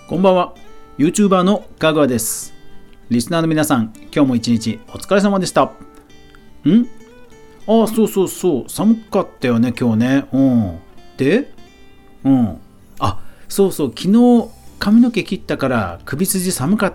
こんばんは。YouTuber のかぐわです。リスナーの皆さん、今日も一日お疲れ様でした。そう、寒かったよね、今日ね。で、そう、昨日髪の毛切ったから首筋寒かった。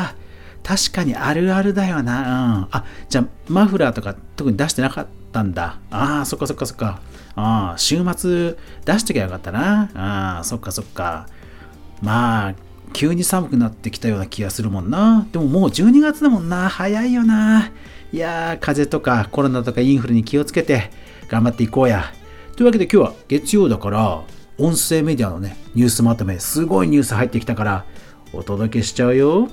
確かにあるあるだよな。じゃあマフラーとか特に出してなかったんだ。そっか。週末出しときゃよかったな。そっか。急に寒くなってきたような気がするもんな。でももう12月だもんな。早いよな。いやー、風邪とかコロナとかインフルに気をつけて頑張っていこうや。というわけで今日は月曜だから、音声メディアのね、ニュースまとめ、すごいニュース入ってきたからお届けしちゃうよ。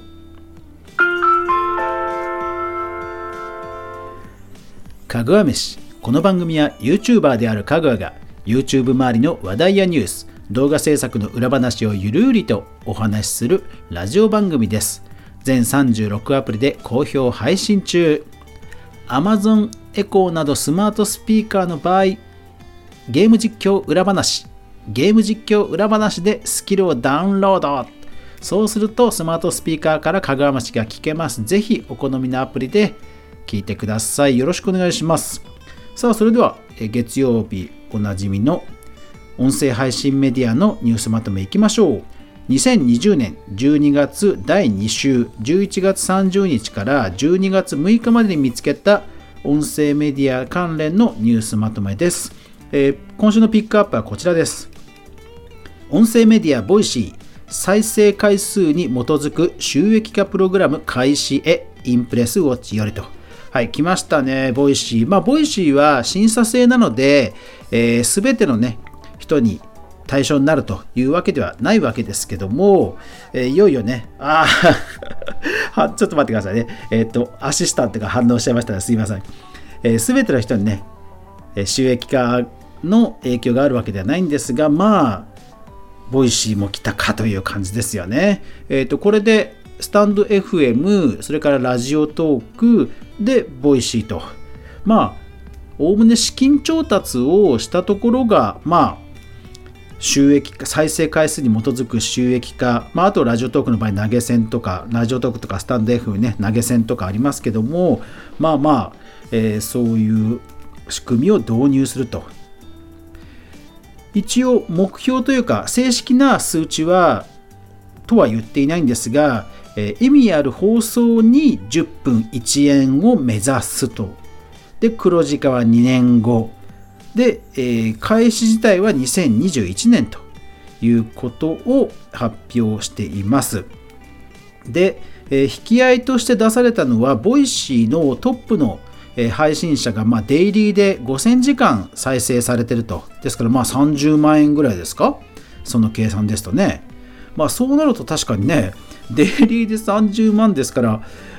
かぐわ飯。この番組は YouTuber であるかぐわが YouTube 周りの話題やニュース、動画制作の裏話をゆるりとお話しするラジオ番組です。全36アプリで好評配信中。 Amazon Echo などスマートスピーカーの場合、ゲーム実況裏話でスキルをダウンロード。そうするとスマートスピーカーからかぐわ飯が聞けます。ぜひお好みのアプリで聞いてください。よろしくお願いします。さあ、それでは月曜日おなじみの音声配信メディアのニュースまとめいきましょう。2020年12月第2週、11月30日から12月6日までに見つけた音声メディア関連のニュースまとめです。今週のピックアップはこちらです。音声メディアボイシー、再生回数に基づく収益化プログラム開始へ、インプレスウォッチよりと。来ましたね、ボイシー。ボイシーは審査制なので、すべてのね、人に対象になるというわけではないわけですけども、いよいよね、ちょっと待ってくださいね。アシスタントが反応しちゃいましたらすいません。すべての人にね、収益化の影響があるわけではないんですが、ボイシーも来たかという感じですよね。これでスタンド FM、それからラジオトークでボイシーと、おおむね資金調達をしたところが、収益化、再生回数に基づく収益化、あとラジオトークの場合投げ銭とか、ラジオトークとかスタンド FM ね、投げ銭とかありますけども、そういう仕組みを導入すると。一応目標というか正式な数値はとは言っていないんですが、意味ある放送に10分1円を目指すと。で、黒字化は2年後で、開始自体は2021年ということを発表しています。で、引き合いとして出されたのはボイシーのトップの配信者がデイリーで5000時間再生されてると。ですから30万円ぐらいですか、その計算ですとね。そうなると確かにね、デイリーで30万ですから、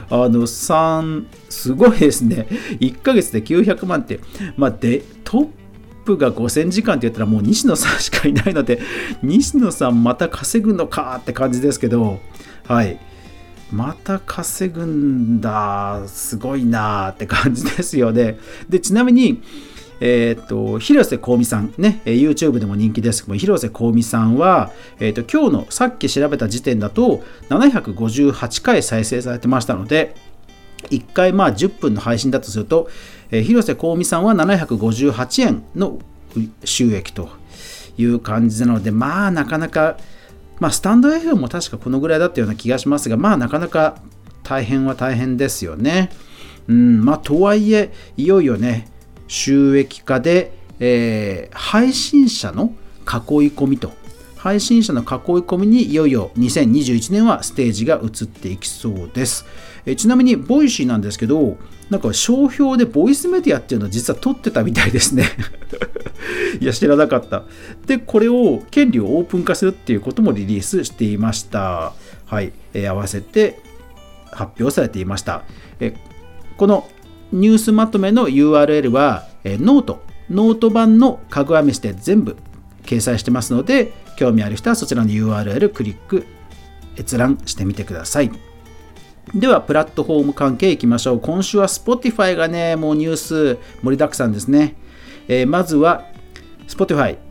すごいですね。1ヶ月で900万って、トップが5000時間って言ったらもう西野さんしかいないので、西野さんまた稼ぐのかって感じですけど、また稼ぐんだ、すごいなって感じですよね。で、ちなみに、広瀬香美さんね、YouTube でも人気ですけども、広瀬香美さんは、今日のさっき調べた時点だと758回再生されてましたので、1回10分の配信だとすると、広瀬香美さんは758円の収益という感じなので、なかなか、スタンド FM も確かこのぐらいだったような気がしますが、なかなか大変は大変ですよね。とはいえ、いよいよね、収益化で、配信者の囲い込みにいよいよ2021年はステージが移っていきそうです。ちなみにボイシーなんですけど、商標でボイスメディアっていうのを実は取ってたみたいですね。いや、知らなかった。で、これを権利をオープン化するっていうこともリリースしていました。合わせて発表されていました。このニュースまとめの URL はノート版のかぐわ飯で全部掲載してますので、興味ある人はそちらの URL クリック閲覧してみてください。ではプラットフォーム関係いきましょう。今週は Spotify がね、もうニュース盛りだくさんですね。まずは Spotify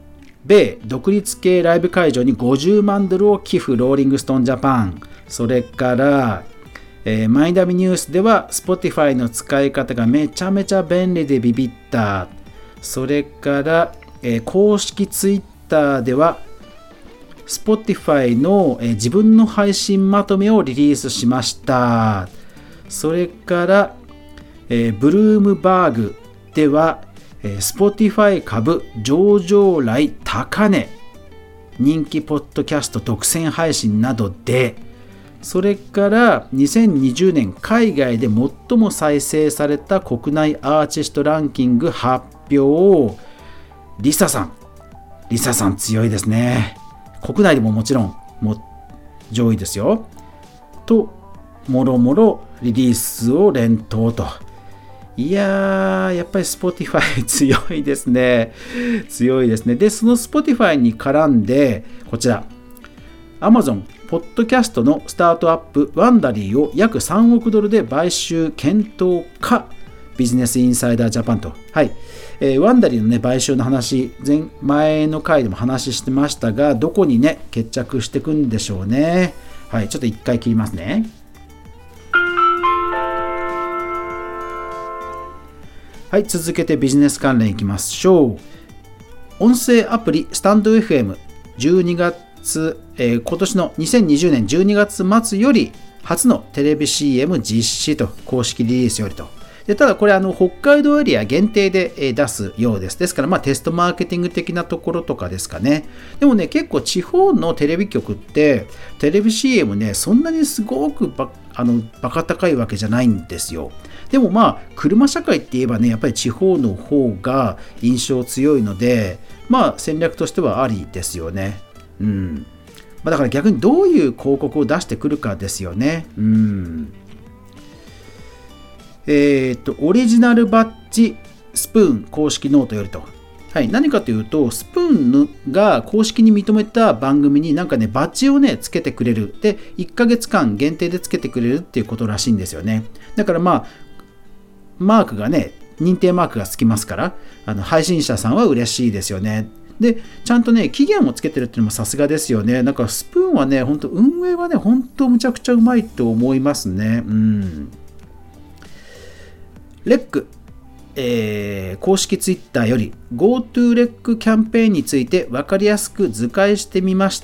米独立系ライブ会場に50万ドルを寄付、ローリングストーンジャパン。それから、マイナビニュースでは Spotify の使い方がめちゃめちゃ便利でビビった。それから、公式 Twitter では Spotify の、自分の配信まとめをリリースしました。それから、ブルームバーグではSpotify 株上場来高値、人気ポッドキャスト独占配信などで、それから2020年海外で最も再生された国内アーティストランキング発表。リサさん強いですね。国内でももちろん上位ですよ。ともろもろリリースを連投と。いやー、やっぱり Spotify 強いですね。強いですね。で、その Spotify に絡んで、こちら、Amazon、ポッドキャストのスタートアップ、ワンダリーを約3億ドルで買収検討か、ビジネスインサイダージャパンと。はい。ワンダリーのね、買収の話、前の回でも話してましたが、どこにね、決着していくんでしょうね。はい。ちょっと一回切りますね。はい、続けてビジネス関連いきましょう。音声アプリスタンド FM 12月、今年の2020年12月末より初のテレビ CM 実施と、公式リリースよりと。で、ただこれ北海道エリア限定で出すようです。ですからテストマーケティング的なところとかですかね。でもね、結構地方のテレビ局ってテレビ CM ね、そんなにすごくバカ高いわけじゃないんですよ。でも車社会って言えばね、やっぱり地方の方が印象強いので、戦略としてはありですよね。だから逆にどういう広告を出してくるかですよね。オリジナルバッジスプーン公式ノートよりと。はい、何かというと、スプーンが公式に認めた番組にバッジをね、つけてくれる。で、1ヶ月間限定でつけてくれるっていうことらしいんですよね。だからマークがね、認定マークがつきますから、配信者さんは嬉しいですよね。で、ちゃんとね、期限をつけてるっていうのもさすがですよね。なんかスプーンはね、本当運営はね、本当むちゃくちゃうまいと思いますね。レック、公式ツイッターより GoTo レックキャンペーンについて分かりやすく図解してみました。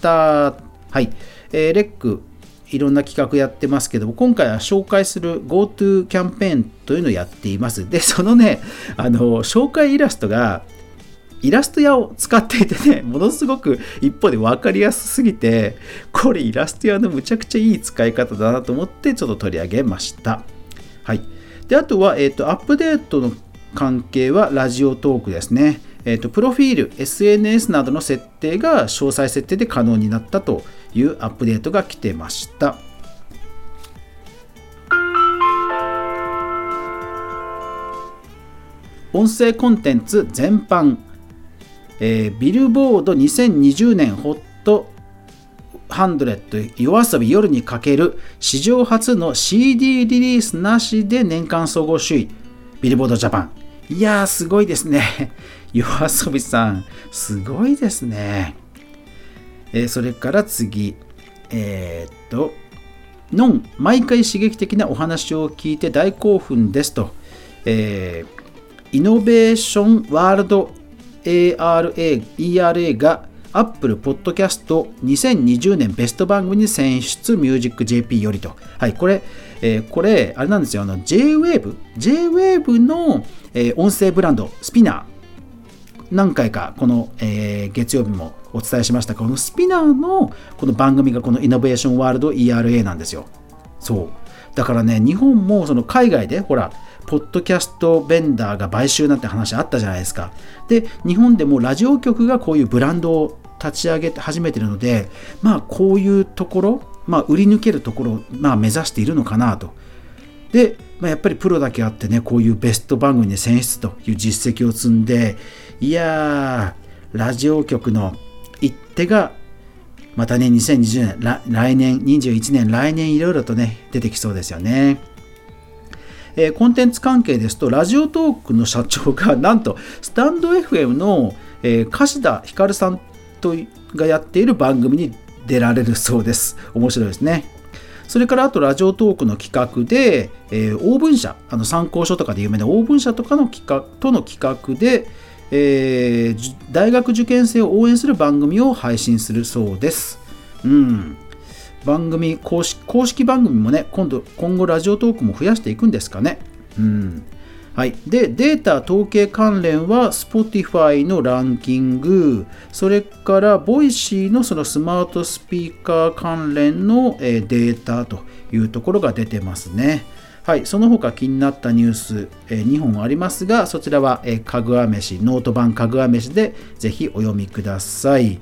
はい、レックいろんな企画やってますけども、今回は紹介する GoTo キャンペーンというのをやっています。で、そのね、紹介イラストがイラスト屋を使っていてね、ものすごく一方で分かりやすすぎて、これイラスト屋のむちゃくちゃいい使い方だなと思ってちょっと取り上げました。はい。で、あとは、アップデートの関係はラジオトークですね。プロフィール、SNS などの設定が詳細設定で可能になったというアップデートが来てました。音声コンテンツ全般、ビルボード2020年ホット100夜遊び夜にかける史上初の CD リリースなしで年間総合首位ビルボードジャパン。いやー、すごいですね。夜遊びさんすごいですね。それから次、ノン毎回刺激的なお話を聞いて大興奮ですと、イノベーションワールド ERA がアップルポッドキャスト2020年ベスト番組に選出ミュージック JP よりと。はい、これあれなんですよ。J-Wave の、音声ブランドスピナー、何回かこの、月曜日もお伝えしましたが、このスピナーのこの番組がこのイノベーションワールド ERA なんですよ。そうだからね、日本もその海外でほらポッドキャストベンダーが買収なんて話あったじゃないですか。で、日本でもラジオ局がこういうブランドを立ち上げて始めているので、こういうところ、売り抜けるところを目指しているのかなと。で、やっぱりプロだけあってね、こういうベスト番組に選出という実績を積んで、いやー、ラジオ局の一手がまたね、2020年、来年、21年、来年いろいろとね、出てきそうですよね。コンテンツ関係ですと、ラジオトークの社長がなんとスタンド FM の、柏田ひかるさんがやっている番組に出られるそうです。面白いですね。それからあとラジオトークの企画で、応文社、参考書とかで有名な応文社とかの企画で、大学受験生を応援する番組を配信するそうです。番組公式番組もね、今後ラジオトークも増やしていくんですかね。はい、でデータ統計関連は Spotify のランキング、それから Voicy のそのスマートスピーカー関連のデータというところが出てますね。はい、その他気になったニュース2本ありますが、そちらはかぐわ飯、ノート版かぐわ飯でぜひお読みください。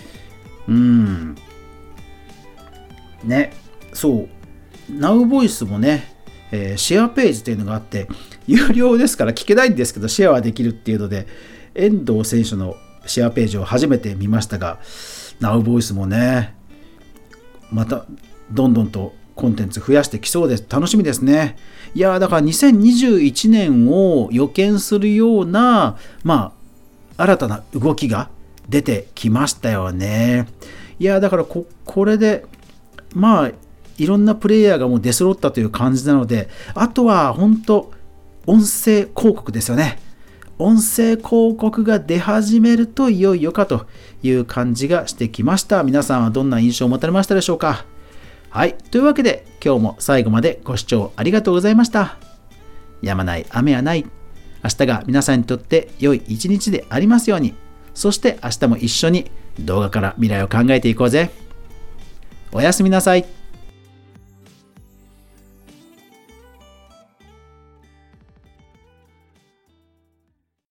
ね、そう、NowVoice もね、シェアページというのがあって、有料ですから聞けないんですけどシェアはできるっていうので、遠藤選手のシェアページを初めて見ましたが、NowVoice もね、またどんどんとコンテンツ増やしてきそうです。楽しみですね。いやだから2021年を予見するような、新たな動きが出てきましたよね。いやだからこれでいろんなプレイヤーがもう出揃ったという感じなので、あとは本当音声広告ですよね。音声広告が出始めるといよいよかという感じがしてきました。皆さんはどんな印象を持たれましたでしょうか。はい、というわけで今日も最後までご視聴ありがとうございました。やまない雨はない。明日が皆さんにとって良い一日でありますように。そして明日も一緒に動画から未来を考えていこうぜ。おやすみなさい。